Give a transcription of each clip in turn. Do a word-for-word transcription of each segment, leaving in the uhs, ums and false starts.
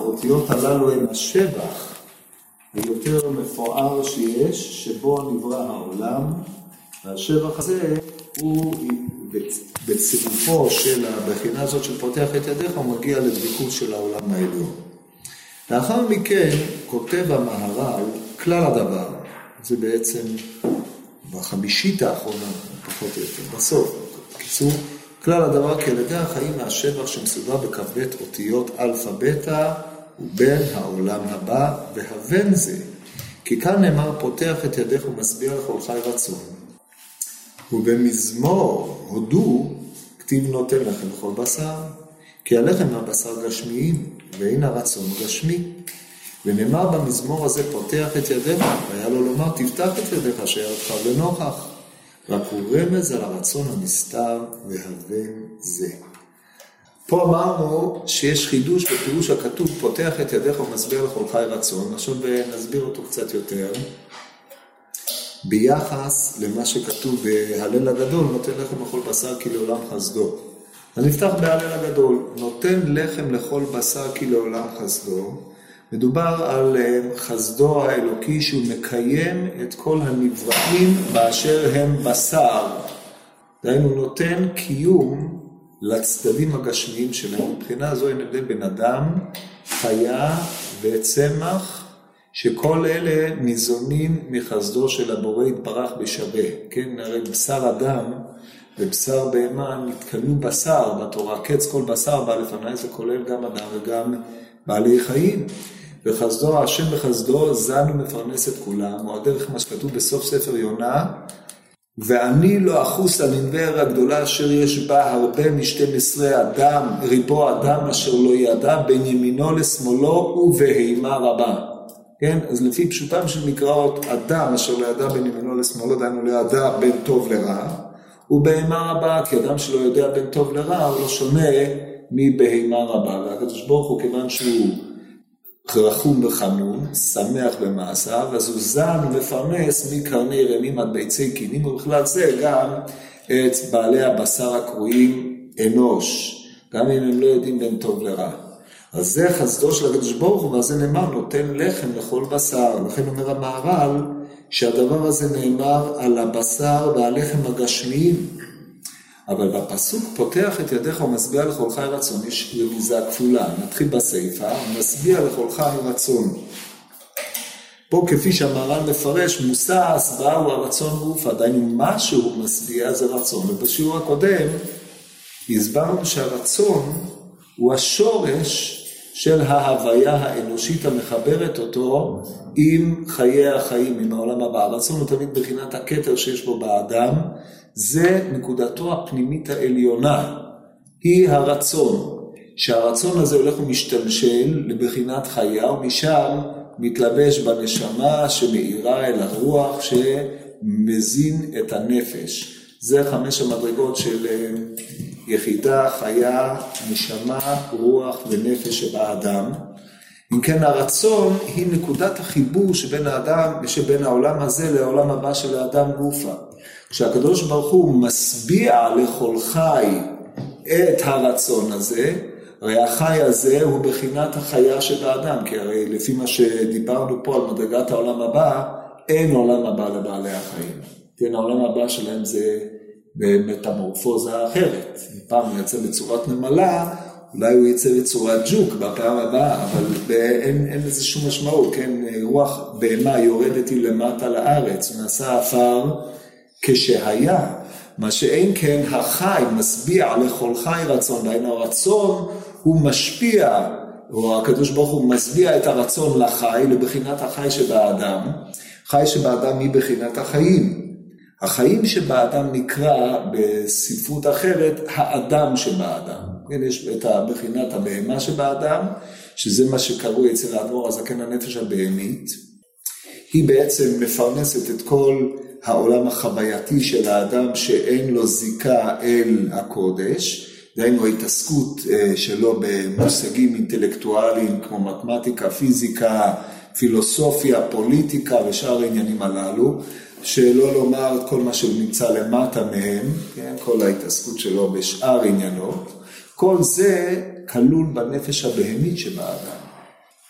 האותיות הללו הן השבח היותר מפואר שיש, שבו נברא העולם, והשבח הזה הוא בצירופו של הבחינה הזאת של פותח את ידיך, הוא מגיע לדבקות של העולם העליון. לאחר מכן כותב המהר"ל כלל הדבר, זה בעצם בחמישית האחרונה, פחות או יותר, בסוף, בקיצור, כלל הדבר כי על ידי החיים מהשבח שמסודר בכ"ב אותיות אלפא בטא ובין העולם הבא והבן זה. כי כאן נאמר פותח את ידיך ומשביע לכל חי רצון. ובמזמור הודו כתיב נותן לכם לכל בשר, כי הלחם מהבשר גשמיים ואין הרצון גשמי. ונאמר במזמור הזה פותח את ידיך, והיה לו לומר תפתח את ידיך שיעדך לנוכח. רק הוא רמז על הרצון הנסתר והבן זה. פה אמרנו שיש חידוש בפירוש הכתוב פותח את ידיך ומשביע לכל חי רצון. עכשיו נסביר אותו קצת יותר. ביחס למה שכתוב בהלל הגדול, נותן לחם לכל בשר כי לעולם חסדו. אז נפתח בהלל הגדול, נותן לחם לכל בשר כי לעולם חסדו. מדובר על חסדו האלוקי שהוא מקיים את כל הנבראים באשר הם בשר. דהיינו נותן קיום לצדדים הגשמיים שלהם. מבחינה זו אין הבדל בין אדם, חיה וצמח, שכל אלה ניזונים מחסדו של הבורא יתברך בשווה. כן, הרי בשר אדם ובשר בהמה נתקנו בשר בתורה, קץ כל בשר בא לפני, זה כולל גם אדם וגם בעלי חיים. וחסדו, השם בחסדו זן ומפרנס את כולם, או הדרך מה שכתוב בסוף ספר יונה, ואני לא אחוס על הנבאר הגדולה אשר יש בה הרבה משתים עשרה אדם, ריבו אדם אשר לא ידע, בין ימינו לשמאלו ובהימה רבה. כן? אז לפי פשוטם של מקראות, אדם אשר לא ידע בין ימינו לשמאלו, דיינו לא ידע בין טוב לרע, ובהימה רבה, כי אדם שלא יודע בין טוב לרע, הוא לא שונה מבהימה רבה. והקדוש ברוך הוא, כיוון שהוא רחום וחנון, שמח במעשיו, אז הוא זן ומפרנס מקרני רמים עד ביצי קינים, ובכלל זה גם את בעלי הבשר הקרויים אנוש, גם אם הם לא יודעים בין טוב לרע. אז זה חסדו של הקדוש ברוך הוא, וזה נאמר נותן לחם לכל בשר. לכן אומר המהר"ל שהדבר הזה נאמר על הבשר והלחם הגשמיים. אבל בפסוק פותח את ידיך ומשביע לכל חי רצון, יש רמיזה כפולה. נתחיל בסיפא, משביע לכל חי רצון. פה כפי שהמהר"ל מפרש, מושא ההסבעה הוא הרצון גוף, עדיין מה שהוא משביע זה רצון. ובשיעור הקודם הסברנו שהרצון הוא השורש של ההוויה האנושית המחברת אותו עם חיי החיים, עם העולם הבא. הרצון הוא תמיד בחינת הכתר שיש בו באדם, זה נקודתו הפנימית העליונה, היא הרצון. שהרצון הזה הולך ומשתלשל לבחינת חיה, ומשם מתלבש בנשמה שמאירה אל הרוח שמזין את הנפש. זה חמש המדרגות של יחידה, חיה, נשמה, רוח ונפש שבאדם. אם כן, הרצון היא נקודת החיבור שבין האדם, שבין העולם הזה לעולם הבא של האדם גופה. כשהקדוש ברוך הוא משביע לכל חי את הרצון הזה, הרי החי הזה הוא בחינת החיה שבאדם, כי הרי לפי מה שדיברנו פה על מדרגת העולם הבא, אין עולם הבא לבעלי החיים. כן, העולם הבא שלהם זה במטמורפוזה אחרת. פעם הוא יצא בצורת נמלה, אולי הוא יצא בצורת ג'וק בפעם הבאה, אבל אין, אין לזה שום משמעות, כן? רוח בהמה יורדת היא למטה לארץ, הוא נעשה אפר כשהיה. מה שאין כן, החי משביע לכל חי רצון, והנה הרצון הוא משפיע, או הקדוש ברוך הוא משביע את הרצון לחי, לבחינת החי שבאדם. חי שבאדם היא בחינת החיים. החיים שבאדם נקרא בספרות אחרת, האדם שבאדם. יש את בחינת הבהמה שבאדם, שזה מה שקראו אצל האדמו"ר הזקן הנפש הבהמית. היא בעצם מפרנסת את כל העולם החווייתי של האדם שאין לו זיקה אל הקודש, דהיינו ההתעסקות שלו במושגים אינטלקטואליים כמו מתמטיקה, פיזיקה, פילוסופיה, פוליטיקה ושאר העניינים הללו, שלא לומר את כל מה שהוא נמצא למטה מהם, כן? כל ההתעסקות שלו בשאר עניינות, כל זה כלול בנפש הבהמית שבאדם.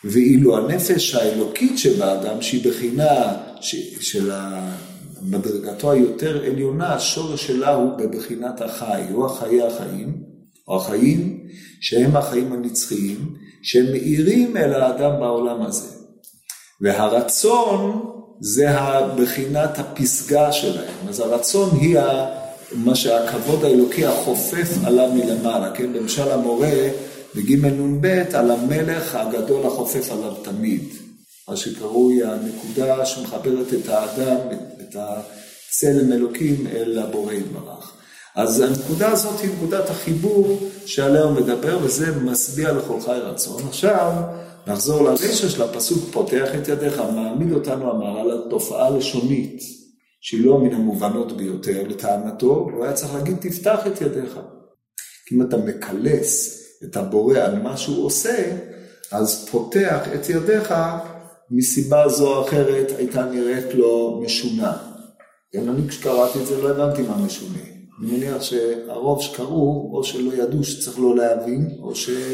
ואילו הנפש האלוקית שבאדם, שהיא בחינה של מדרגתו היותר עליונה, השורש שלה הוא בבחינת החי, או החיי החיים, או החיים שהם החיים הנצחיים, שהם מאירים אל האדם בעולם הזה. והרצון זה בחינת הפסגה שלהם. אז הרצון היא מה שהכבוד האלוקי החופף עליו מלמעלה. כן? למשל המורה בג' נ"ב על המלך הגדול החופף עליו תמיד. מה שקרוי הנקודה שמחברת את האדם, את הצלם אלוקים אל הבורא יתברך. אז הנקודה הזאת היא נקודת החיבור שעליה הוא מדבר, וזה משביע לכל חי רצון. עכשיו נחזור לרשע של הפסוק, פותח את ידיך, מעמיד אותנו המהר"ל על תופעה לשונית, שהיא לא מן המובנות ביותר לטענתו, הוא היה צריך להגיד תפתח את ידיך. כי אם אתה מקלס את הבורא על מה שהוא עושה, אז פותח את ידיך, מסיבה זו או אחרת הייתה נראית לו משונה. אני כשקראתי את זה לא הבנתי מה משונה. אני מניח שהרוב שקראו, או שלא ידעו שצריך לא להבין, או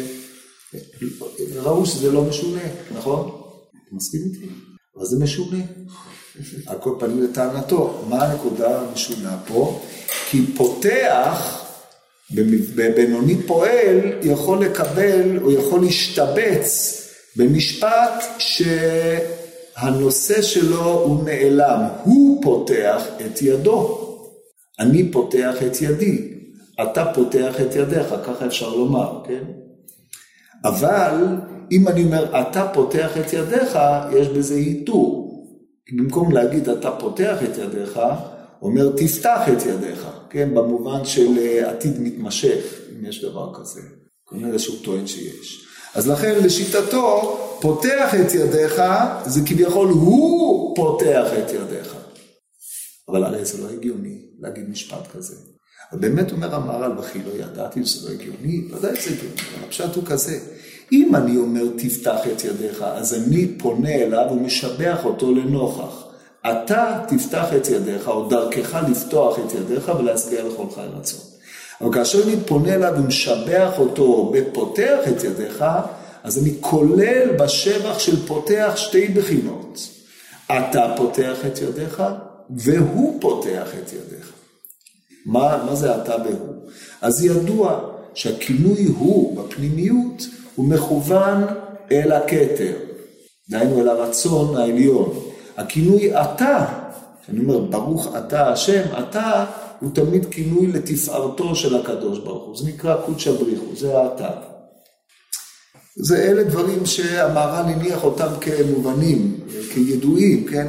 שראו שזה לא משונה, נכון? אתה מסכים איתי? אבל זה משונה. הכל פנים לטענתו. מה הנקודה המשונה פה? כי פותח, בבינוני פועל, יכול לקבל או יכול להשתבץ במשפט שהנושא שלו הוא נעלם. הוא פותח את ידו. אני פותח את ידי, אתה פותח את ידיך, ככה אפשר לומר, כן? אבל אם אני אומר, אתה פותח את ידיך, יש בזה היתור. במקום להגיד, אתה פותח את ידיך, אומר, תפתח את ידיך, כן? במובן של עתיד מתמשך, אם יש דבר כזה. כנראה שהוא טוען שיש. אז לכן לשיטתו, פותח את ידיך, זה כביכול הוא פותח את ידיך. אבל הרי זה לא הגיוני להגיד משפט כזה. באמת אומר המהר"ל, וכי לא ידעתי שזה לא הגיוני, לא יודע זה הגיוני, אבל הפשט הוא כזה. אם אני אומר תפתח את ידיך, אז אני פונה אליו ומשבח אותו לנוכח. אתה תפתח את ידיך, או דרכך לפתוח את ידיך ולהשביע לכל חי רצון. אבל כאשר אני פונה אליו ומשבח אותו בפותח את ידיך, אז אני כולל בשבח של פותח שתי בחינות. אתה פותח את ידיך, והוא פותח את ידיך. מה, מה זה אתה והוא? אז ידוע שהכינוי הוא בפנימיות הוא מכוון אל הכתר, דהיינו אל הרצון העליון. הכינוי אתה, אני אומר ברוך אתה השם, אתה הוא תמיד כינוי לתפארתו של הקדוש ברוך הוא. זה נקרא קודשא בריחו, זה האתה. זה אלה דברים שהמהר"ל הניח אותם כמובנים, כידועים, כן?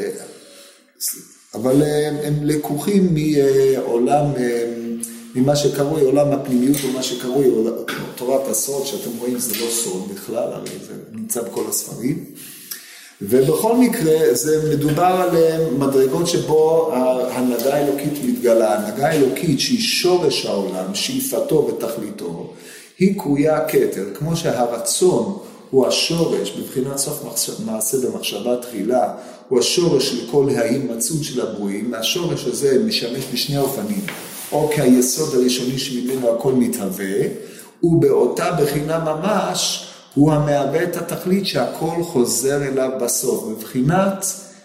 אבל הם, הם לקוחים מעולם, ממה שקרוי עולם הפנימיות, או מה שקרוי תורת הסוד, שאתם רואים זה לא סוד בכלל, הרי זה נמצא בכל הספרים. ובכל מקרה זה מדובר על מדרגות שבו ההנהגה האלוקית מתגלה, ההנהגה האלוקית שהיא שורש העולם, שאיפתו ותכליתו, היא קרויה כתר, כמו שהרצון הוא השורש, בבחינת סוף מעשה במחשבה תחילה, הוא השורש לכל ההימצאות של הברואים, והשורש הזה משמש בשני אופנים, או כהיסוד הראשוני שממנו הכל מתהווה, ובאותה בחינה ממש, הוא המהווה את התכלית שהכל חוזר אליו בסוף, בבחינת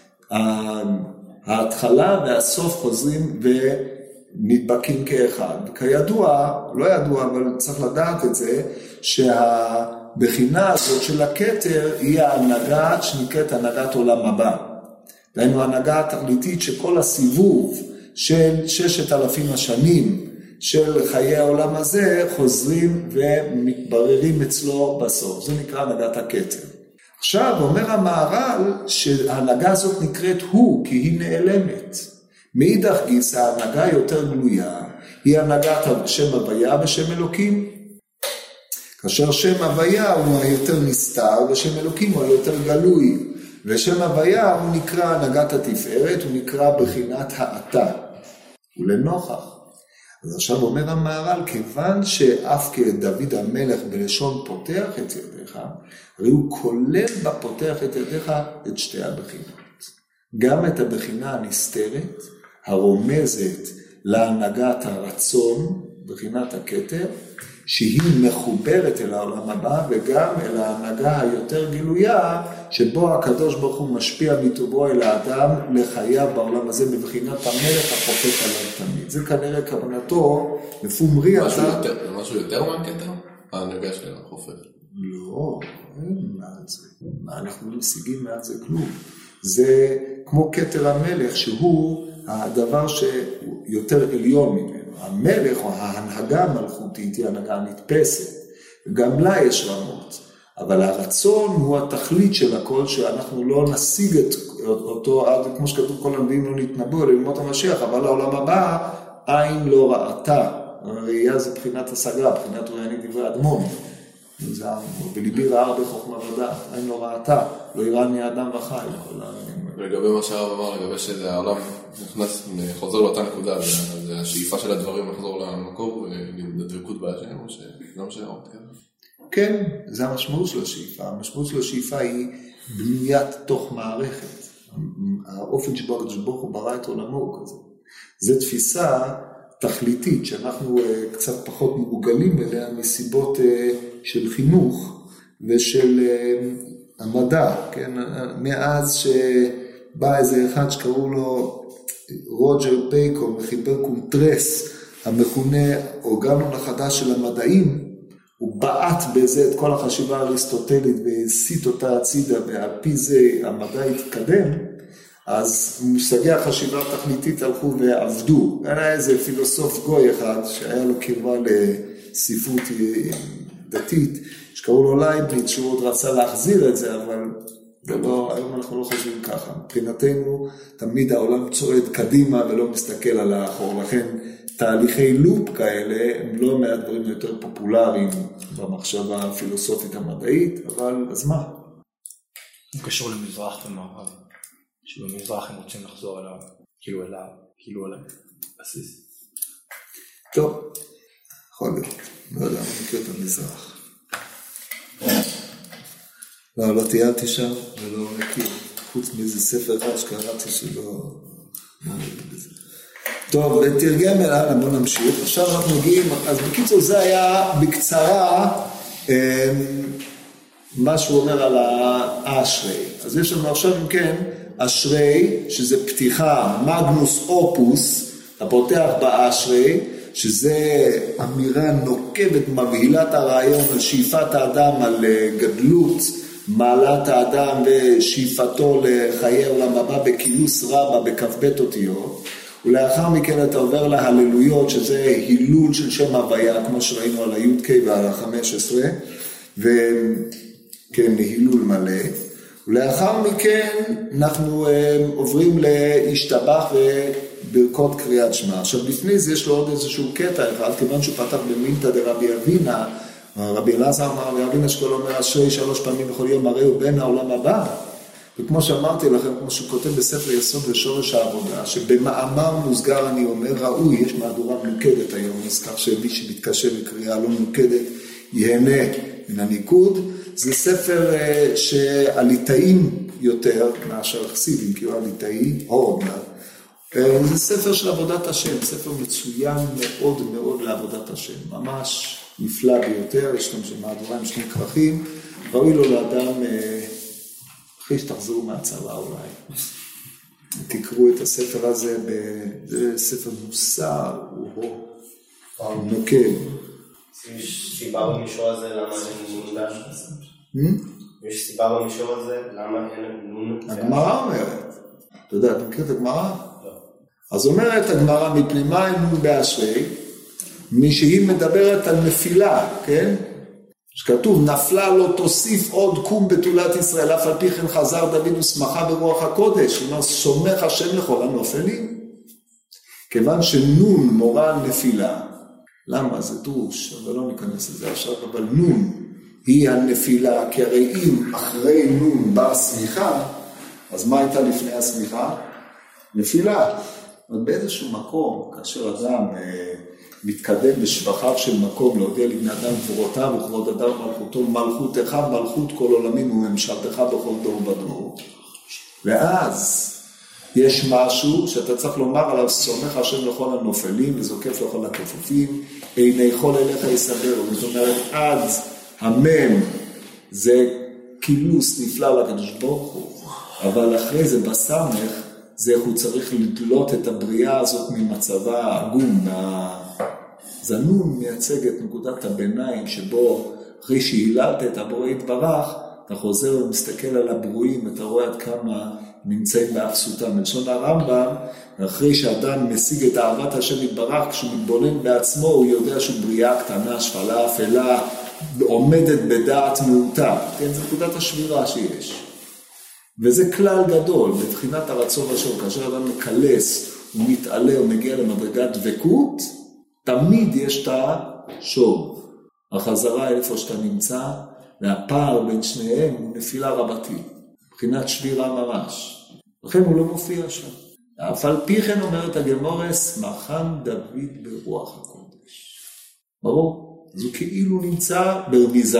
ההתחלה והסוף חוזרים ונדבקים כאחד. כידוע, לא ידוע, אבל צריך לדעת את זה, שהבחינה הזאת של הכתר היא ההנהגה שנקראת הנהגת עולם הבא. דהיינו ההנהגה התכליתית שכל הסיבוב של ששת אלפים השנים של חיי העולם הזה חוזרים ומתבררים אצלו בסוף. זה נקרא הנהגת הכתר. עכשיו אומר המהר"ל שההנהגה הזאת נקראת הוא כי היא נעלמת. מאידך גיסא ההנהגה יותר גלויה היא הנהגת שם הוויה ושם אלוקים. כאשר שם הוויה הוא היותר נסתר ושם אלוקים הוא היותר גלוי. ושם הוויה הוא נקרא הנהגת התפארת, הוא נקרא בחינת האתה. ולנוכח. אז עכשיו אומר המהר"ל, כיוון שאף כדוד המלך בלשון פותח את ידיך, הרי הוא כולל בפותח את ידיך את שתי הבחינות. גם את הבחינה הנסתרת, הרומזת להנהגת הרצון, בחינת הכתר, שהיא מחוברת אל העולם הבא, וגם אל ההנהגה היותר גילויה, שבו הקדוש ברוך הוא משפיע מטובו אל האדם לחייו בעולם הזה, בבחינת המלך החופף עליו תמיד. זה כנראה כוונתו, לפומרי אתה... זה משהו יותר מהכתר? ההנהגה של החופף. לא, אין מעט זה. אנחנו לא משיגים מעט זה כלום. זה כמו כתר המלך, שהוא הדבר שיותר עליון ממנו. המלך או ההנהגה המלכותית היא הנהגה נתפסת, וגם לה יש רמות. אבל הרצון הוא התכלית של הכל, שאנחנו לא נשיג את אותו, עד כמו שכתוב כל הנביאים לא נתנבאו אלא לימות המשיח, אבל לעולם הבא עין לא ראתה. הראייה זה בחינת השגה, בחינת ראייני דברי אדמון. בליבי ראה הרבה חוכמה ודעת, עין לא ראתה, לא יראני האדם וחי. לגבי מה שהרב אמר, לגבי שזה העולם נכנס, חוזר לאותה נקודה, זה השאיפה של הדברים לחזור למקור ולדבקות בהשם, או שגם שהרב תקרא. כן, זה המשמעות של השאיפה. המשמעות של השאיפה היא בניית תוך מערכת. האופן שבו הקדוש ברוך הוא ברא את עולמו כזה. זו תפיסה תכליתית, שאנחנו קצת פחות מעוגלים אליה מסיבות של חינוך ושל המדע. כן? מאז שבא איזה אחד שקראו לו רוג'ר בייקון, מחיבר קונטרס, המכונה אורגנון החדש של המדעים, הוא בעט בזה את כל החשיבה האריסטוטלית והסיט אותה הצידה, ועל פי זה המדע התקדם, אז מושגי החשיבה התכליתית הלכו ועבדו. היה איזה פילוסוף גוי אחד שהיה לו קרבה לספרות דתית, שקראו לו לייבניץ, שהוא עוד רצה להחזיר את זה, אבל לא, היום אנחנו לא חושבים ככה. מבחינתנו תמיד העולם צועד קדימה ולא מסתכל על האחור, לכן תהליכי לופ כאלה הם לא מהדברים יותר פופולריים במחשבה הפילוסופית המדעית, אבל אז מה? הוא קשור למזרח ומערב, שבמזרח הם רוצים לחזור אליו, כאילו אליו, כאילו על הבסיס. טוב, יכול להיות, לא יודע, אני מכיר את המזרח. לא, לא טיילתי שם ולא מכיר, חוץ מאיזה ספר אחד שקראתי שלא נעמד בזה. טוב, תרגם אליו, בוא נמשיך. עכשיו אנחנו מגיעים, אז בקיצור זה היה בקצרה מה שהוא אומר על האשרי. אז יש לנו עכשיו אם כן, אשרי, שזה פתיחה, מגנוס אופוס, הפותח באשרי, שזה אמירה נוקבת, מבהילת הרעיון על שאיפת האדם, על גדלות, מעלת האדם ושאיפתו לחיי עולם הבא בכינוס רבה, בכ"ב אותיות. ולאחר מכן אתה עובר להללויות, שזה הילול של שם הוויה, כמו שראינו על ה-י"ק ועל ה-חמש עשרה, וכן, הילול מלא. ולאחר מכן אנחנו עוברים להשתבח וברכות קריאת שמע. עכשיו לפני זה יש לו עוד איזשהו קטע אחד, כיוון שהוא פתח במילתא דרבי אבינה, רבי אלעזר אמר, רבי אבינה שכל אומר אשרי שלוש פעמים בכל יום הרי הוא בן העולם הבא. וכמו שאמרתי לכם, כמו שהוא כותב בספר יסוד לשורש העבודה, שבמאמר מוסגר אני אומר, ראוי, יש מהדורה מנוקדת היום, אז כך שמי שמתקשר לקריאה לא מנוקדת, ייהנה מן הניקוד. זה ספר שעליתאים יותר מאשר חסידים, כאילו עליתאי, או זה ספר של עבודת השם, ספר מצוין מאוד מאוד לעבודת השם, ממש נפלא ביותר, יש לנו מהדורה עם שני כרכים, ראוי לו לאדם... אחרי שתחזרו מהצבא אולי, תקראו את הספר הזה, זה ספר מוסר, הוא נוקב. יש סיבה במישור הזה למה אין נון באשרי? יש סיבה במישור הזה למה אין נון באשרי? הגמרא אומרת, אתה יודע, אתה מכיר את הגמרא? לא. אז אומרת הגמרא, מפני מה אין נון באשרי? מי שהיא מדברת על נפילה, כן? שכתוב, נפלה לא תוסיף עוד קום בתולת ישראל, אף על פי כן חזר דוד ושמחה ברוח הקודש, הוא אומר, סומך השם לכל הנופלים. כיוון שנון מורה על נפילה, למה? זה דרוש, אבל לא ניכנס לזה עכשיו, אבל נון היא הנפילה, כי הרי אם אחרי נון באה סמיכה, אז מה הייתה לפני הסמיכה? נפילה. אבל באיזשהו מקום, כאשר אדם... מתקדם בשבחיו של מקום, להודיע לבני אדם גבורותיו וכבוד אדם מלכותו, מלכות אחד, מלכות כל עולמים וממשלתך בכל דור ודור. ואז יש משהו שאתה צריך לומר עליו, סומך השם לכל הנופלים, וזוקף לכל הכפופים, עיני כל אליך יסבר. זאת אומרת, עד המם זה כילוס נפלא לקדוש ברוך הוא, אבל אחרי זה בסמך, זה איך הוא צריך לדלות את הבריאה הזאת ממצבה העגום. הזנון מייצג את נקודת הביניים, שבו אחרי שהיללת את הבורא יתברך, אתה חוזר ומסתכל על הברואים, אתה רואה עד כמה נמצאים באפסותם. מלשון הרמב"ם, אחרי שאדם משיג את אהבת השם יתברך, כשהוא מתבונן בעצמו, הוא יודע שהוא בריאה קטנה, שפלה, אפלה, עומדת בדעת מעוטה. כן, זו נקודת השבירה שיש. וזה כלל גדול, בבחינת הרצון השם, כאשר אדם מקלס, הוא מתעלה, הוא מגיע למדרגת דבקות, תמיד יש את השוב. החזרה איפה שאתה נמצא, והפער בין שניהם הוא נפילה רבתי, בחינת שבירה ממש. לכן הוא לא מופיע שם. אף על פי כן אומרת הגמורס, מחן דוד ברוח הקודש. ברור? אז הוא כאילו נמצא ברמיזה.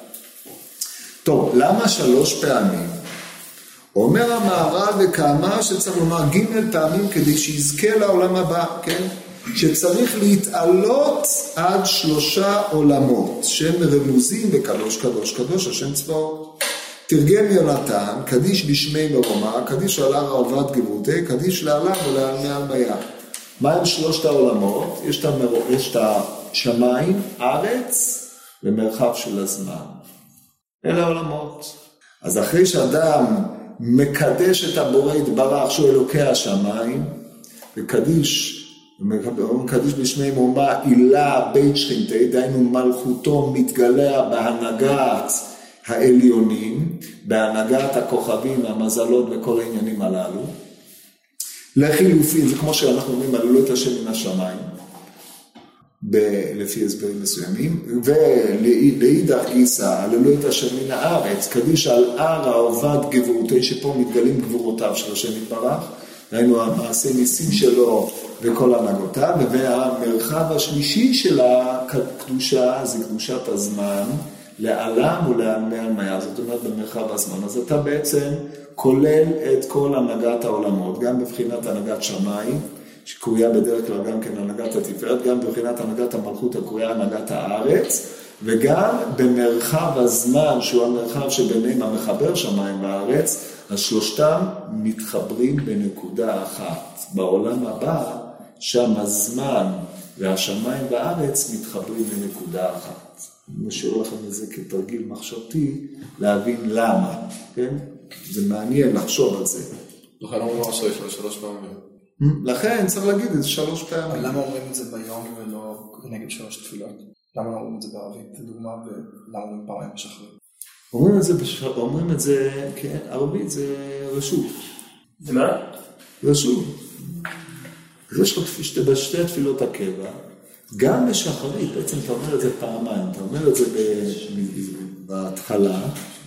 טוב, למה שלוש פעמים? אומר המהר"ל וכאמר שצריך לומר ג' פעמים כדי שיזכה לעולם הבא, כן? שצריך להתעלות עד שלושה עולמות, שהם רמוזים בקדוש קדוש קדוש השם צבאות. תרגם יונתן, קדיש בשמי מרומא, קדיש על הר ערבת גבורתי, קדיש לעלם ולעל מעל בים. מה הם שלושת העולמות? יש את, המר... יש את השמיים, ארץ ומרחב של הזמן. אלה העולמות. אז אחרי שאדם מקדש את הבורא יתברך שהוא אלוקי השמיים, וקדיש, קדיש בשמי מרומא, עילה בית שכינתי, דהיינו מלכותו מתגלה בהנהגת העליונים, בהנהגת הכוכבים, המזלות וכל העניינים הללו. לחילופין, זה כמו שאנחנו אומרים, עללו את השם מן השמיים, ב- לפי הסברים מסוימים, ולאידך גיסא, עללו את השם מן הארץ, קדיש על הר ערבת גבורתי, שפה מתגלים גבורותיו של השם יתברך, ראינו המעשה ניסים שלו וכל הנהגותיו, והמרחב השלישי של הקדושה, זה קדושת הזמן, לעלם ולעלמי עלמיה, זאת אומרת במרחב הזמן. אז אתה בעצם כולל את כל הנהגת העולמות, גם בבחינת הנהגת שמיים, שקרויה בדרך כלל גם כן הנהגת התפארת, גם בבחינת הנהגת המלכות הקרויה הנהגת הארץ, וגם במרחב הזמן, שהוא המרחב שביניהם המחבר שמיים וארץ, השלושתם מתחברים בנקודה אחת. בעולם הבא, שם הזמן והשמיים והארץ מתחברים בנקודה אחת. אני משאיר לכם את זה כתרגיל מחשבתי, להבין למה, כן? זה מעניין לחשוב על זה. לכן אומרים משהו יש לו שלוש פעמים. לכן צריך להגיד את זה שלוש פעמים. למה אומרים את זה ביום ולא נגד שלוש תפילות? למה לא אומרים את זה בערבית? לדוגמה, ולמה אומרים פעמיים בשחרית? אומרים את זה, בש... אומרים את זה, כן, ערבית זה רשות. זה מה? רשות. אז יש לך בשתי התפילות הקבע, גם בשחרית, בעצם אתה אומר את זה פעמיים, אתה אומר את זה בהתחלה,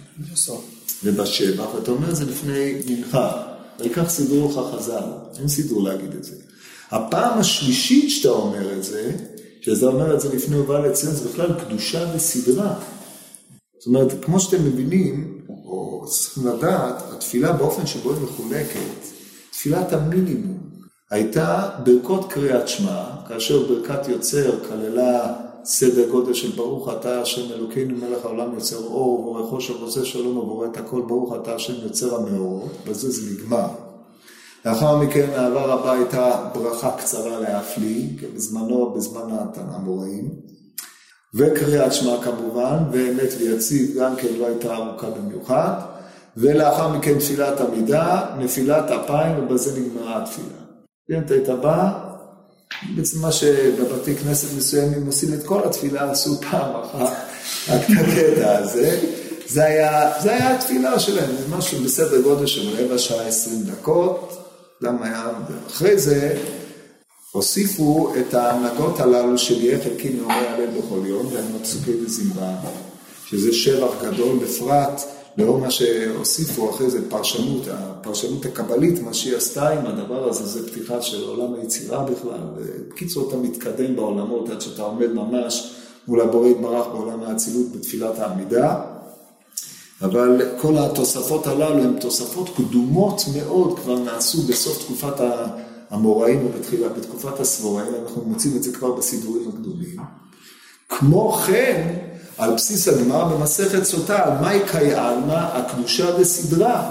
ובשבח, ואתה אומר את זה לפני מנחה, וכך סידרו לך חז"ל, אין סידור להגיד את זה. הפעם השלישית שאתה אומר את זה, שאתה אומר את זה לפני ובא לציין, זה בכלל קדושה וסדרה. זאת אומרת, כמו שאתם מבינים, או צריכים לדעת, התפילה באופן שבו היא מחולקת, תפילת המינימום, הייתה ברכות קריאת שמע, כאשר ברכת יוצר כללה סדר גודל של ברוך אתה השם אלוקינו מלך העולם יוצר אור ובורא חושך ועושה שלום ובורא את הכל, ברוך אתה השם יוצר המאורות, בזה זה נגמר. לאחר מכן האהבה רבה הייתה ברכה קצרה להפליא, בזמנו, בזמן האמוראים, וקריאת שמע כמובן, ואמת ויציב גם כן לא הייתה ארוכה במיוחד, ולאחר מכן תפילת עמידה, נפילת אפיים, ובזה נגמרה התפילה. אתה היית בא, בעצם מה שבבתי כנסת מסוימים עושים את כל התפילה, עשו פעם אחת, רק את הקטע הזה, זה היה, זה היה התפילה שלהם, זה משהו בסדר גודל של רבע שעה עשרים דקות, למה היה, אחרי זה הוסיפו את ההנהגות הללו של יהיה חלקי מאורי הלל בכל יום, והם הפסוקי בזמרה, שזה שבח גדול בפרט, לאור מה שהוסיפו אחרי זה פרשנות, הפרשנות הקבלית, מה שהיא עשתה עם הדבר הזה, זה פתיחה של עולם היצירה בכלל, ובקיצור אתה מתקדם בעולמות, עד שאתה עומד ממש מול הבורא יתברך בעולם האצילות בתפילת העמידה, אבל כל התוספות הללו הן תוספות קדומות מאוד, כבר נעשו בסוף תקופת האמוראים או בתחילה, בתקופת הסבוראים, אנחנו מוצאים את זה כבר בסידורים הקדומים. כמו כן, על בסיס הגמרא במסכת סוטה, על מהי קאי עלמא, הקדושה דסדרה.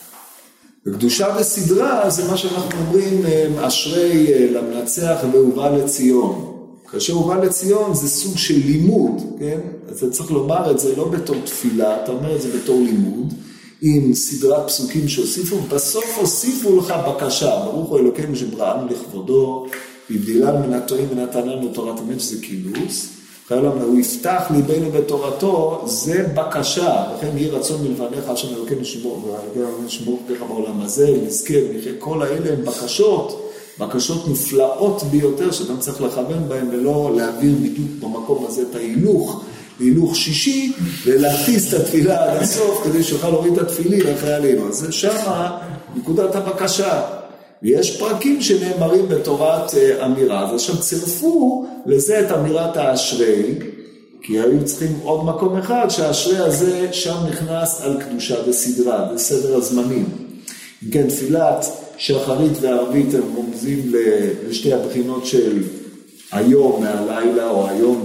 וקדושה דסדרה זה מה שאנחנו אומרים, אשרי למנצח והובא לציון. כאשר הוא בא לציון זה סוג של לימוד, כן? אז אתה צריך לומר את זה לא בתור תפילה, אתה אומר את זה בתור לימוד, עם סדרת פסוקים שהוסיפו, בסוף הוסיפו לך בקשה, ברוך הוא אלוקינו שבראנו לכבודו, והבדילנו מן הטועים ונתן לנו תורת אמת, שזה כינוס, הוא יפתח ליבנו בתורתו, זה בקשה, לכן יהי רצון מלבניך, השם אלוקינו שמור, שמור לך בעולם הזה, נזכה ונחיה, כל האלה הם בקשות, בקשות נפלאות ביותר שאתה צריך לכוון בהן ולא להעביר בדיוק במקום הזה את ההילוך, להילוך שישי ולהכניס את התפילה עד הסוף כדי שיוכל להוריד את התפילין אחרי עלינו. אז שמה נקודת הבקשה. ויש פרקים שנאמרים בתורת אמירה. אז עכשיו צירפו לזה את אמירת האשרי, כי היו צריכים עוד מקום אחד שהאשרי הזה שם נכנס על קדושה בסדרה, בסדר הזמנים. אם כן, תפילת שחרית וערבית הם רומזים לשתי הבחינות של היום מהלילה או היום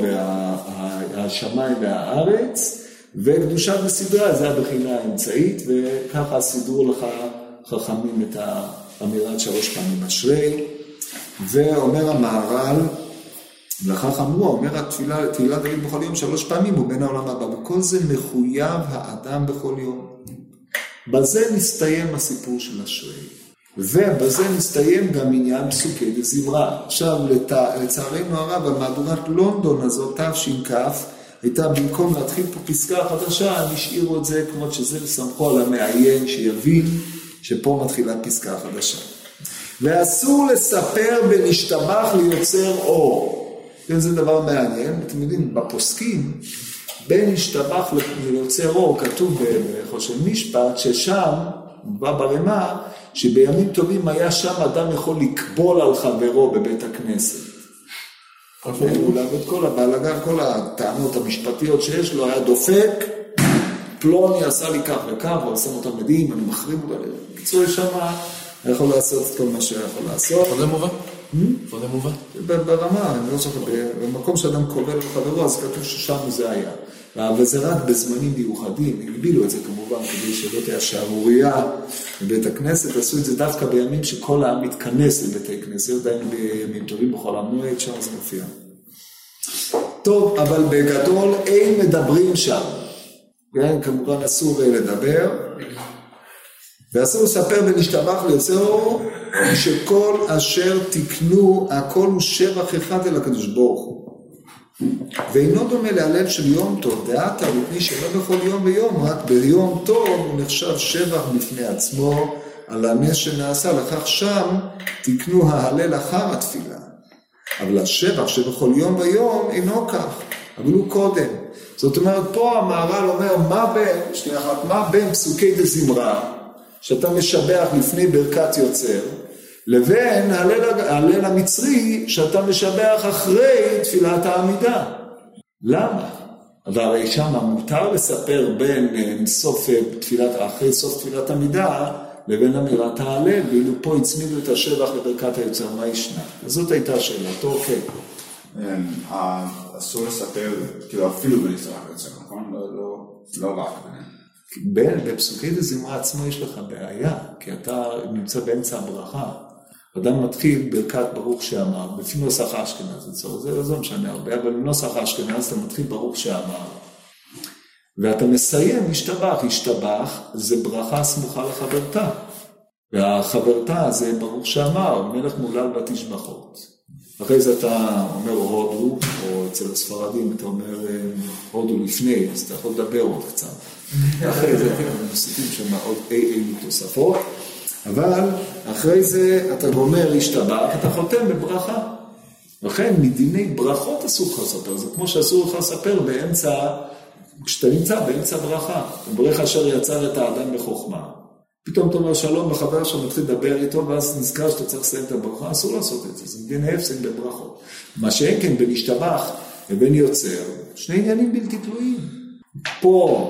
והשמיים והארץ, וקדושה בסדרה זה הבחינה האמצעית, וככה סידרו לך חכמים את האמירת שלוש פעמים אשרי. ואומר המהר"ל, לכך אמרו, אומר התפילה, תהילת דוד בכל יום שלוש פעמים הוא בין העולם הבא, וכל זה מחויב האדם בכל יום. בזה נסתיים הסיפור של אשרי. ובזה מסתיים גם עניין פסוקי דזמרה. עכשיו, לצערנו הרב, המהדורת לונדון הזאת, תש"כ, הייתה במקום להתחיל פה פסקה חדשה, הם השאירו את זה כמו שזה, וסמכו על המעיין שיבין שפה מתחילה פסקה חדשה. ואסור לספר בנשתבח ליוצר אור. זה דבר מעניין, אתם יודעים, בפוסקים, בין נשתבח ליוצר אור, כתוב בחושן משפט, ששם, בא ברמה, שבימים טובים היה שם אדם יכול לקבול על חברו בבית הכנסת. אולי את כל הבלגן, כל הטענות המשפטיות שיש לו, היה דופק, פלוני עשה לי כך וכך, הוא עשה אותם מדהים, אני מחרים אותם, קיצור שם, היה יכול לעשות את כל מה שהיה יכול לעשות. איפה זה מובן? איפה זה מובן? ברמה, אני לא זוכר, במקום שאדם קובל על חברו, אז כתוב ששם זה היה. וזה רק בזמנים מיוחדים, הגבילו את זה כמובן, כדי שלא תהיה שערורייה בבית הכנסת, עשו את זה דווקא בימים שכל העם מתכנס לבתי כנסת, עדיין בימים טובים בכל המועד, שם זה מופיע. טוב, אבל בגדול אין מדברים שם, כן? כמובן אסור לדבר, ואסור לספר ונשתבח ליוצר שכל אשר תקנו, הכל הוא שבח אחד אל הקדוש ברוך הוא. ואינו דומה להלל של יום טוב, דעתה מפני שלא בכל יום ויום, רק ביום טוב הוא נחשב שבח בפני עצמו על הנס שנעשה, לכך שם תקנו ההלל אחר התפילה. אבל השבח שבכל יום ויום אינו כך, אבל הוא קודם. זאת אומרת, פה המהר"ל אומר, מה בין, שנייה אחת, מה בין פסוקי דזמרה, שאתה משבח לפני ברכת יוצר, לבין הלל המצרי שאתה משבח אחרי תפילת העמידה. למה? אבל הרי שם מותר לספר בין סוף תפילת, אחרי סוף תפילת העמידה לבין אמירת ההלל, ואילו פה הצמידו את השבח לברכת היוצר, מה ישנה? אז זאת הייתה שאלתו, אוקיי. אסור לספר, כאילו אפילו בנשתבח ליוצר, נכון? לא רק. בין, בפסוקי דזמרה עצמו יש לך בעיה, כי אתה נמצא באמצע הברכה. אדם מתחיל ברכת ברוך שאמר, בפי נוסח אשכנז, זה לא משנה הרבה, אבל בנוסח אשכנז אתה מתחיל ברוך שאמר, ואתה מסיים, השתבח, השתבח, זה ברכה סמוכה לחברתה, והחברתה זה ברוך שאמר, מלך מולל ותשבחות. אחרי זה אתה אומר הודו, או אצל הספרדים אתה אומר הודו לפני, אז אתה יכול לדבר עוד קצת. אחרי זה אנחנו מוסיפים שם עוד אי אילו תוספות, אבל אחרי זה אתה גומר השתבח, אתה חותם בברכה. לכן מדיני ברכות אסור לך לספר, זה כמו שאסור לך לספר באמצע, כשאתה נמצא באמצע ברכה, ברך אשר יצר את האדם בחוכמה. פתאום אתה אומר שלום בחבר שלו, מתחיל לדבר איתו, ואז נזכר שאתה צריך לסיים את הברכה, אסור לעשות את זה, זה מדיני הפסק בברכות. מה שאין כן בין השתבח ובין יוצר, שני עניינים בלתי תלויים. פה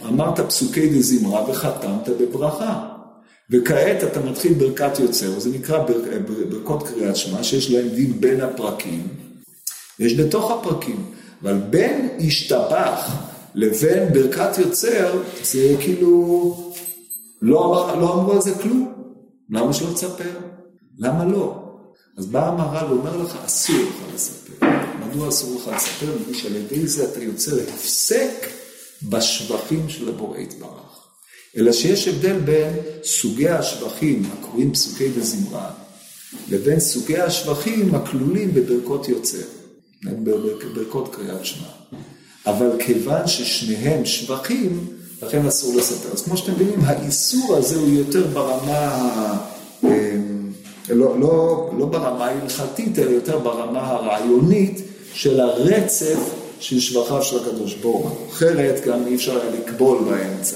אמרת פסוקי דזמרה וחתמת בברכה. וכעת אתה מתחיל ברכת יוצר, זה נקרא בר, בר, ברכות קריאת שמע, שיש להם דין בין הפרקים, יש בתוך הפרקים, אבל בין השתבח לבין ברכת יוצר, זה כאילו, לא, לא אמרו על זה כלום. למה שלא תספר? למה לא? אז בא המהר"ל ואומר לך, אסור לך לספר. מדוע אסור לך לספר? בגלל שעל ידי זה אתה יוצר הפסק בשבחים של הבורא יתברך. אלא שיש הבדל בין סוגי השבחים הקרויים פסוקי דזמרה, לבין סוגי השבחים הכלולים בברכות יוצר, בברכות קריאת שמע. אבל כיוון ששניהם שבחים, לכן אסור לספר. אז כמו שאתם מבינים, האיסור הזה הוא יותר ברמה, לא, לא, לא ברמה ההלכתית, אלא יותר ברמה הרעיונית של הרצף של שבחיו של הקדוש ברוך הוא. אחרת גם אי אפשר לקבול באמצע.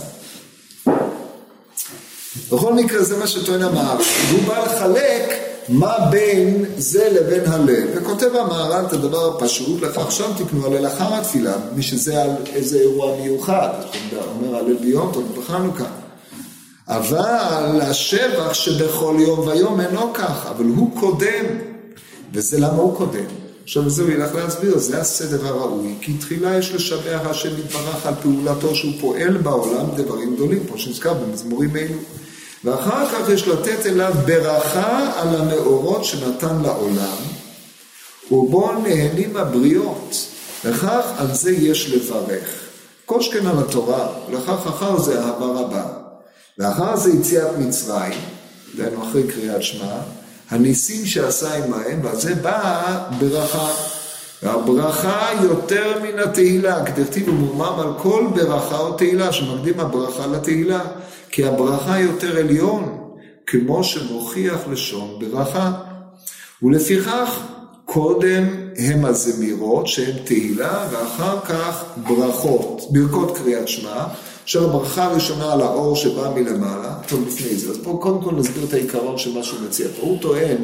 בכל מקרה זה מה שטוען המהר"ל. הוא בא לחלק מה בין זה לבין הלל. וכותב המהר"ל את הדבר הפשוט, לכך שם תקנו הלל אחר התפילה, מי שזה על איזה אירוע מיוחד. אתה אומר הלל ביום טוב בחנוכה. אבל השבח שבכל יום ויום אינו כך, אבל הוא קודם. וזה למה הוא קודם. עכשיו זה הוא ילך להסביר, זה הסדר הראוי, כי תחילה יש לשבח השם יתברך על פעולתו שהוא פועל בעולם דברים גדולים, פה שנזכר במזמורים אלו. ואחר כך יש לתת אליו ברכה על המאורות שנתן לעולם, ובו נהנים הבריות, לכך על זה יש לברך. כל שכן על התורה, לכך אחר זה אהבה רבה. ואחר זה יציאת מצרים, דהיינו אחרי קריאת שמע, הניסים שעשה עמהם, ועל זה באה ברכה. והברכה יותר מן התהילה, כדכתיב ומורמם על כל ברכה או תהילה, שמקדים הברכה לתהילה, כי הברכה יותר עליון, כמו שמוכיח לשון ברכה. ולפיכך, קודם הם הזמירות שהן תהילה, ואחר כך ברכות, ברכות קריאת שמע, של הברכה הראשונה על האור שבא מלמעלה, טוב לפני זה. אז פה קודם כל נסביר את העיקרון של מה שהוא מציע. פה הוא טוען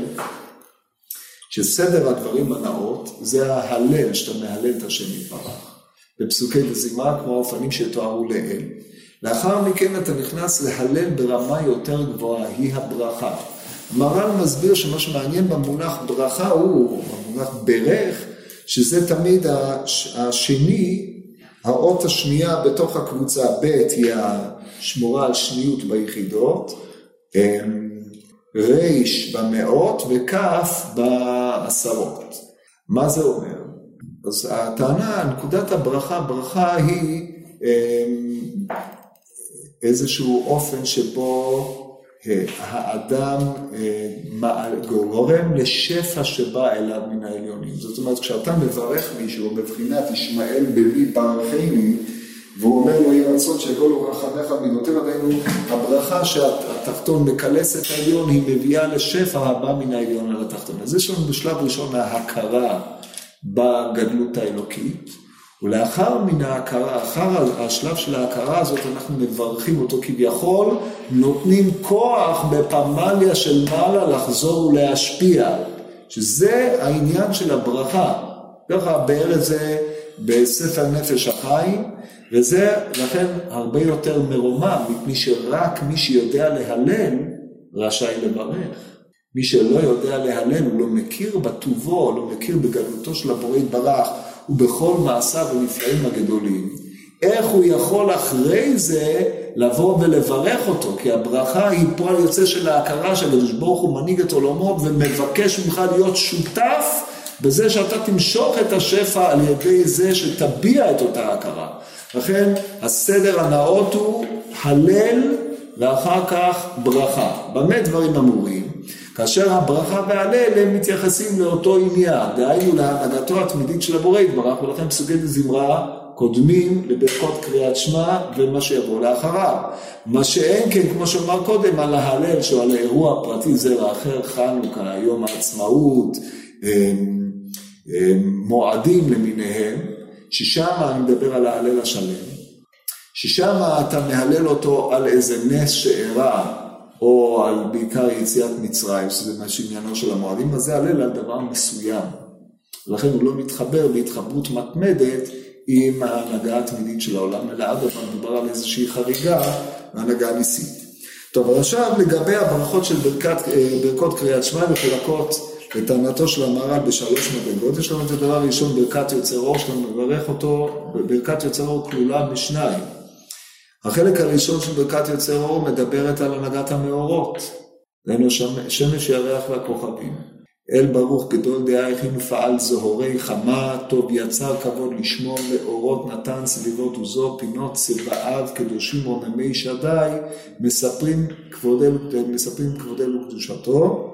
שסדר הדברים הנאות זה ההלל שאתה מהלל את השם יתברך. בפסוקי דזמרה כמו האופנים שתוארו לאל. לאחר מכן אתה נכנס להלל ברמה יותר גבוהה, היא הברכה. המהר"ל מסביר שמה שמעניין במונח ברכה הוא, במונח ברך, שזה תמיד השני, האות השנייה בתוך הקבוצה ב' היא השמורה על שניות ביחידות, ריש במאות וכף בעשרות. מה זה אומר? אז הטענה, נקודת הברכה, ברכה היא איזשהו אופן שבו האדם גורם לשפע שבא אליו מן העליונים. זאת אומרת, כשאתה מברך מישהו בבחינת ישמעאל בלי ברכני, והוא אומר לו יהי רצון שיגולו רחמך מידותיך, דהיינו הברכה שהתחתון מקלס את העליון, היא מביאה לשפע הבא מן העליון על התחתון. אז יש לנו בשלב ראשון ההכרה בגדלות האלוקית, ולאחר מן ההכרה, אחר השלב של ההכרה הזאת, אנחנו מברכים אותו כביכול, נותנים כוח בפמליה של מעלה לחזור ולהשפיע, שזה העניין של הברכה. ככה באר את זה בספר נפש החיים, וזה לכן הרבה יותר מרומם, מפני שרק מי שיודע להלל, רשאי לברך. מי שלא יודע להלל, הוא לא מכיר בטובו, לא מכיר בגדלותו של הבורא יתברך, ובכל מעשיו הנפלאים הגדולים, איך הוא יכול אחרי זה לבוא ולברך אותו? כי הברכה היא פועל יוצא של ההכרה של הקדוש ברוך הוא מנהיג את עולמו, ומבקש ממך להיות שותף בזה שאתה תמשוך את השפע על ידי זה שתביע את אותה הכרה. לכן הסדר הנאות הוא הלל ואחר כך ברכה. במה דברים אמורים? כאשר הברכה וההלל הם מתייחסים לאותו עניין, דהיינו להנהגתו התמידית של הבורא יתברך, ולכן פסוקי דזמרה קודמים לברכות קריאת שמע ומה שיבוא לאחריו. מה שאין כן, כמו שאמר קודם, על ההלל שהוא על האירוע הפרטי זרע אחר, חנוכה, יום העצמאות, מועדים למיניהם, ששם אני מדבר על ההלל השלם, ששם אתה מהלל אותו על איזה נס שאירע, או על בעיקר יציאת מצרים, שזה מה שעניינו של המועדים, אז זה הלל על דבר מסוים. לכן הוא לא מתחבר בהתחברות מתמדת עם ההנהגה התמידית של העולם, אלא עד הפעם מדובר על איזושהי חריגה מההנהגה ניסית. טוב, עכשיו לגבי הברכות של ברכת, ברכות קריאת שמע מחולקות לטענתו של המהר"ל בשלוש מדרגות. יש לנו את הדבר הראשון, ברכת יוצר אור, שאתה מברך אותו, ברכת יוצר אור כלולה בשניים. החלק הראשון של ברכת יוצר אור מדברת על הנהגת המאורות, דהיינו שמש ירח והכוכבים. אל ברוך גדול דאייכין ופעל זוהרי חמה, טוב יצר כבוד לשמור לאורות נתן סביבות וזו, פינות צבעיו קדושים רוממי שדי, מספרים כבודל, מספרים כבודל וקדושתו.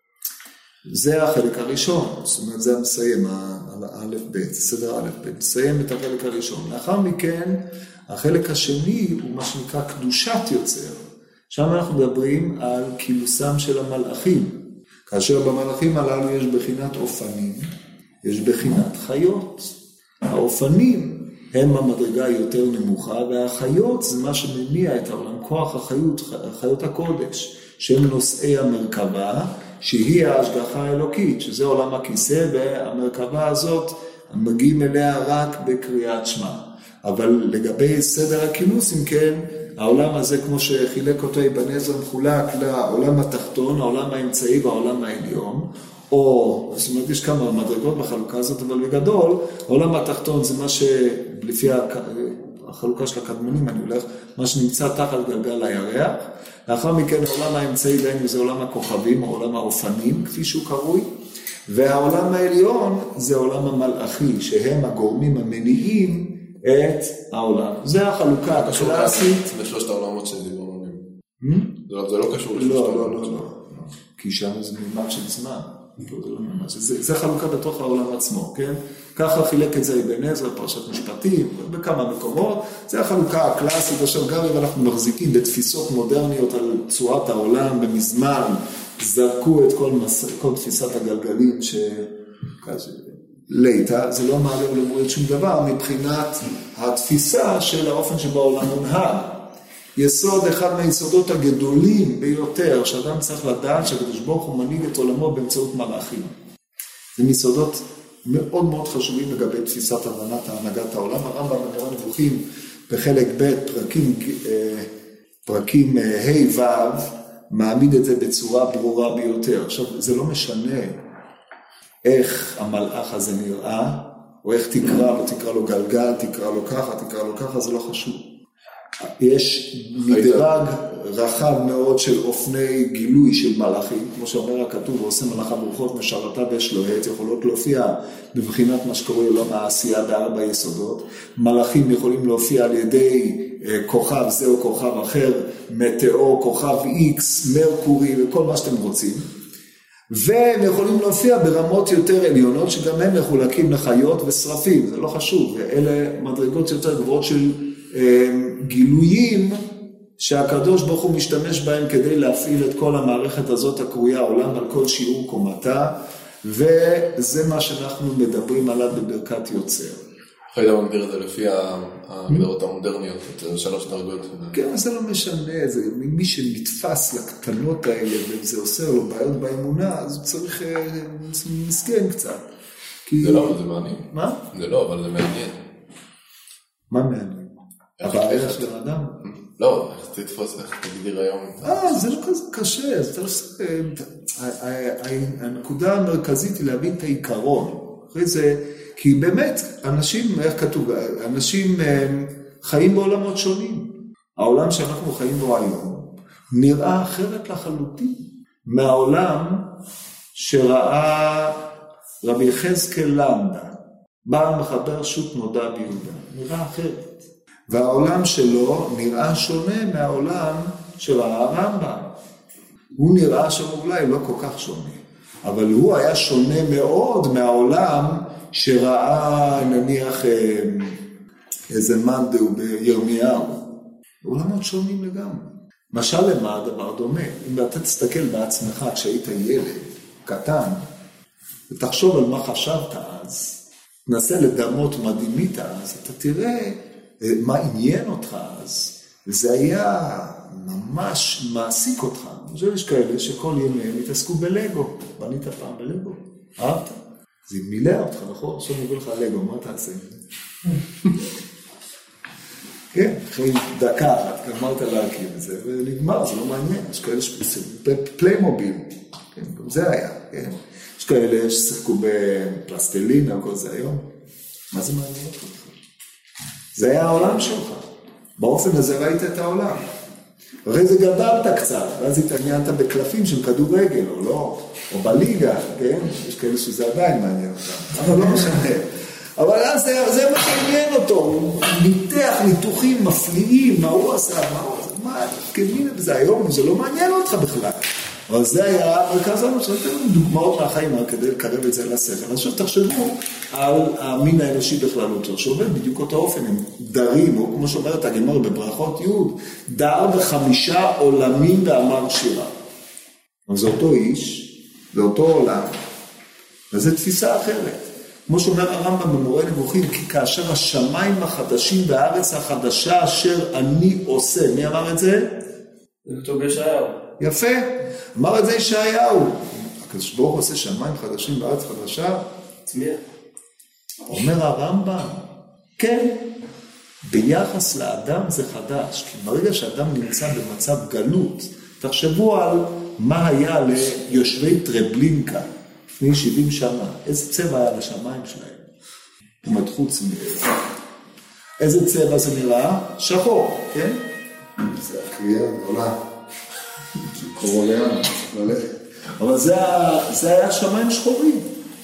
זה החלק הראשון, זאת אומרת זה המסיים, הא' ב', סדר א' ב', מסיים את החלק הראשון. לאחר מכן, החלק השני הוא מה שנקרא קדושת יוצר. שם אנחנו מדברים על קילוסם של המלאכים. כאשר במלאכים הללו יש בחינת אופנים, יש בחינת חיות. האופנים הם המדרגה היותר נמוכה, והחיות זה מה שמניע את העולם, כוח החיות, חיות הקודש, שהם נושאי המרכבה, שהיא ההשגחה האלוקית, שזה עולם הכיסא, והמרכבה הזאת מגיעים אליה רק בקריאת שמע. אבל לגבי סדר הכינוס, אם כן, העולם הזה, כמו שחילק אותו אבן עזרא, מחולק לעולם התחתון, העולם האמצעי והעולם העליון, או, זאת אומרת, יש כמה מדרגות בחלוקה הזאת, אבל בגדול, העולם התחתון זה מה שלפי החלוקה של הקדמונים, אני הולך, מה שנמצא תחת גלגל הירח, לאחר מכן העולם האמצעי דהיינו זה עולם הכוכבים, העולם האופנים, כפי שהוא קרוי, והעולם העליון זה העולם המלאכי, שהם הגורמים המניעים את העולם. זה החלוקה הקלאסית. זה שלושת העולמות שדיברנו עליהם. זה לא קשור לשלושת לא, העולמות. לא, לא, לא. כי שם זה מימד של זמן. זה חלוקה בתוך העולם עצמו, כן? ככה חילק את זה אבן עזרא, פרשת משפטים, בכמה מקומות. זה החלוקה הקלאסית, אשר גם אם אנחנו מחזיקים בתפיסות מודרניות על צורת העולם, במזמן זרקו את כל, מס... כל תפיסת הגלגלים ש... ליטה, זה לא מעלה ולמוריד שום דבר מבחינת התפיסה של האופן שבו העולם מונהג. יסוד, אחד מהיסודות הגדולים ביותר, שאדם צריך לדעת שהקדוש ברוך הוא מנהיג את עולמו באמצעות מלאכים. זה מיסודות מאוד מאוד חשובים לגבי תפיסת הבנת הנהגת העולם. הרמב"ם במורה נבוכים בחלק ב' פרקים, פרקים ה' ו' מעמיד את זה בצורה ברורה ביותר. עכשיו, זה לא משנה איך המלאך הזה נראה, או איך תקרא לו, תקרא לו גלגל, תקרא לו ככה, תקרא לו ככה, זה לא חשוב. יש מדרג רחב מאוד של אופני גילוי של מלאכים, כמו שאומר הכתוב, ועושה מלאך הברוכות משרתה בשלוהט, יכולות להופיע בבחינת מה שקרוי עולם העשייה בארבע יסודות. מלאכים יכולים להופיע על ידי כוכב זה או כוכב אחר, מטאור, כוכב איקס, מרקורי וכל מה שאתם רוצים. והם יכולים להופיע ברמות יותר עליונות, שגם הם מחולקים לחיות ושרפים, זה לא חשוב, ואלה מדרגות יותר גבוהות של אה, גילויים, שהקדוש ברוך הוא משתמש בהם כדי להפעיל את כל המערכת הזאת הקרויה העולם על כל שיעור קומתה, וזה מה שאנחנו מדברים עליו בברכת יוצר. אחרי זה מגדיר את זה לפי ההגדרות המודרניות, את שלוש דרגות. כן, זה לא משנה, זה מי שנתפס לקטנות האלה, וזה עושה לו בעיות באמונה, אז הוא צריך מסכן קצת. זה לא, אבל זה מעניין. מה? זה לא, אבל זה מעניין. מה מעניין? הבעיה של האדם? לא, איך תתפוס, איך תגדיר היום? אה, זה לא כזה קשה, הנקודה המרכזית היא להבין את העיקרון. אחרי זה, כי באמת, אנשים, איך כתוב, אנשים חיים בעולמות שונים. העולם שאנחנו חיים בו היום נראה אחרת לחלוטין מהעולם שראה רבי יחזקאל לנדא, בא מחבר שו"ת נודע ביהודה, נראה אחרת. והעולם שלו נראה שונה מהעולם שראה הרמב"ם. הוא נראה שם אולי לא כל כך שונה, אבל הוא היה שונה מאוד מהעולם שראה נניח איזה מאן-דהוא בירמיהו. עולמות שונים לגמרי. משל למה הדבר דומה? אם אתה תסתכל בעצמך כשהיית ילד קטן, ותחשוב על מה חשבת אז, תנסה לדמות מה דימית אז, אתה תראה מה עניין אותך אז, וזה היה ממש מעסיק אותך. יש כאלה שכל ימיהם התעסקו בלגו. בנית פעם בלגו? אהבת? זה מילא אותך, נכון? עכשיו נביא לך לגו, מה תעשה? כן, אחרי דקה, את גמרת להרכיב את זה, ונגמר, זה לא מעניין. יש כאלה שפסים בפליימוביל, כן, גם זה היה, כן. יש כאלה ששיחקו בפלסטלינה, כל זה היום. מה זה מעניין אותך? זה היה העולם שלך. באופן הזה ראית את העולם. הרי זה גדלת קצת, ואז התעניינת בקלפים של כדורגל, או לא, או בליגה, כן? יש כאלה שזה עדיין מעניין אותם, אבל לא משנה. אבל אז זה, זה מה שעניין אותו, הוא ניתח ניתוחים מפליאים, מה הוא עשה, מה הוא עשה, מה, כמין בזה היום, זה לא מעניין אותך בכלל. אבל זה היה מרכז לנו, שאתם דוגמאות מהחיים כדי לקרב את זה לספר. אז עכשיו תחשבו על המין האנושי בכללותו, שעובד בדיוק אותו אופן, הם דרים, או כמו שאומרת הגמרא בברכות י' דר בחמישה עולמים ואמר שירה. אבל זה אותו איש, זה אותו עולם, וזו תפיסה אחרת. כמו שאומר הרמב"ם במורה נבוכים, כי כאשר השמיים החדשים והארץ החדשה אשר אני עושה, מי אמר את זה? זה כתוב בישעיהו. יפה, אמר את זה ישעיהו. הקדוש ברוך הוא עושה שמיים חדשים בארץ חדשה. צמיח. אומר הרמב"ם, כן, ביחס לאדם זה חדש, כי ברגע שאדם נמצא במצב גלות, תחשבו על מה היה ליושבי טרבלינקה לפני שבעים שנה, איזה צבע היה לשמיים שלהם, כמעט חוץ מזה. איזה צבע זה נראה? שחור, כן? זה הקריאה הגדולה. קורוליאן, צריך ללכת. אבל זה, זה היה שמיים שחורים.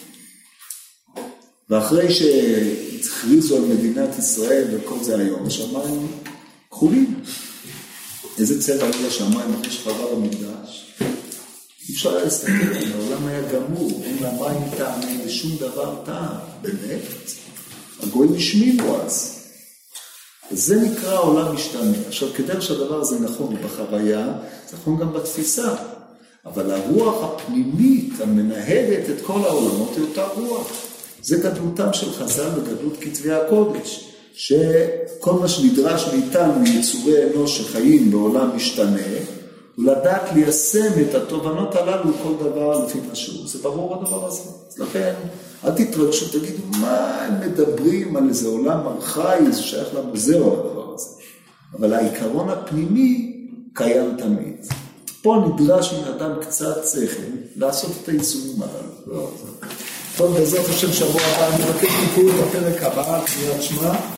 ואחרי שהכריזו על מדינת ישראל וכל זה היום, השמיים כחולים. איזה צבע היה לשמיים אחרי שחרב המקדש? אי אפשר להסתכל, העולם היה גמור, אין למים טעמים ושום דבר טעם, באמת. הגויים השמינו אז. זה נקרא עולם משתנה. עכשיו, כדרך שהדבר הזה נכון בחוויה, זה נכון גם בתפיסה. אבל הרוח הפנימית המנהלת את כל העולמות היא אותה רוח. זה גדלותם של חז"ל וגדלות כתבי הקודש, שכל מה שנדרש מאיתנו מיצורי אנוש שחיים בעולם משתנה, הוא לדעת ליישם את התובנות הללו כל דבר לפי משהו. זה ברור הדבר הזה. אז לכן, אל תתרגשו, תגידו, מה הם מדברים על איזה עולם ארכאי, זה שייך למוזיאון הדבר הזה. אבל העיקרון הפנימי קיים תמיד. פה נדרש מן אדם קצת שכל לעשות את האיזונים הללו. טוב, בזאת השם שבוע הבא, אני מבקש לקרוא את הפרק הבא, קריאת שמע.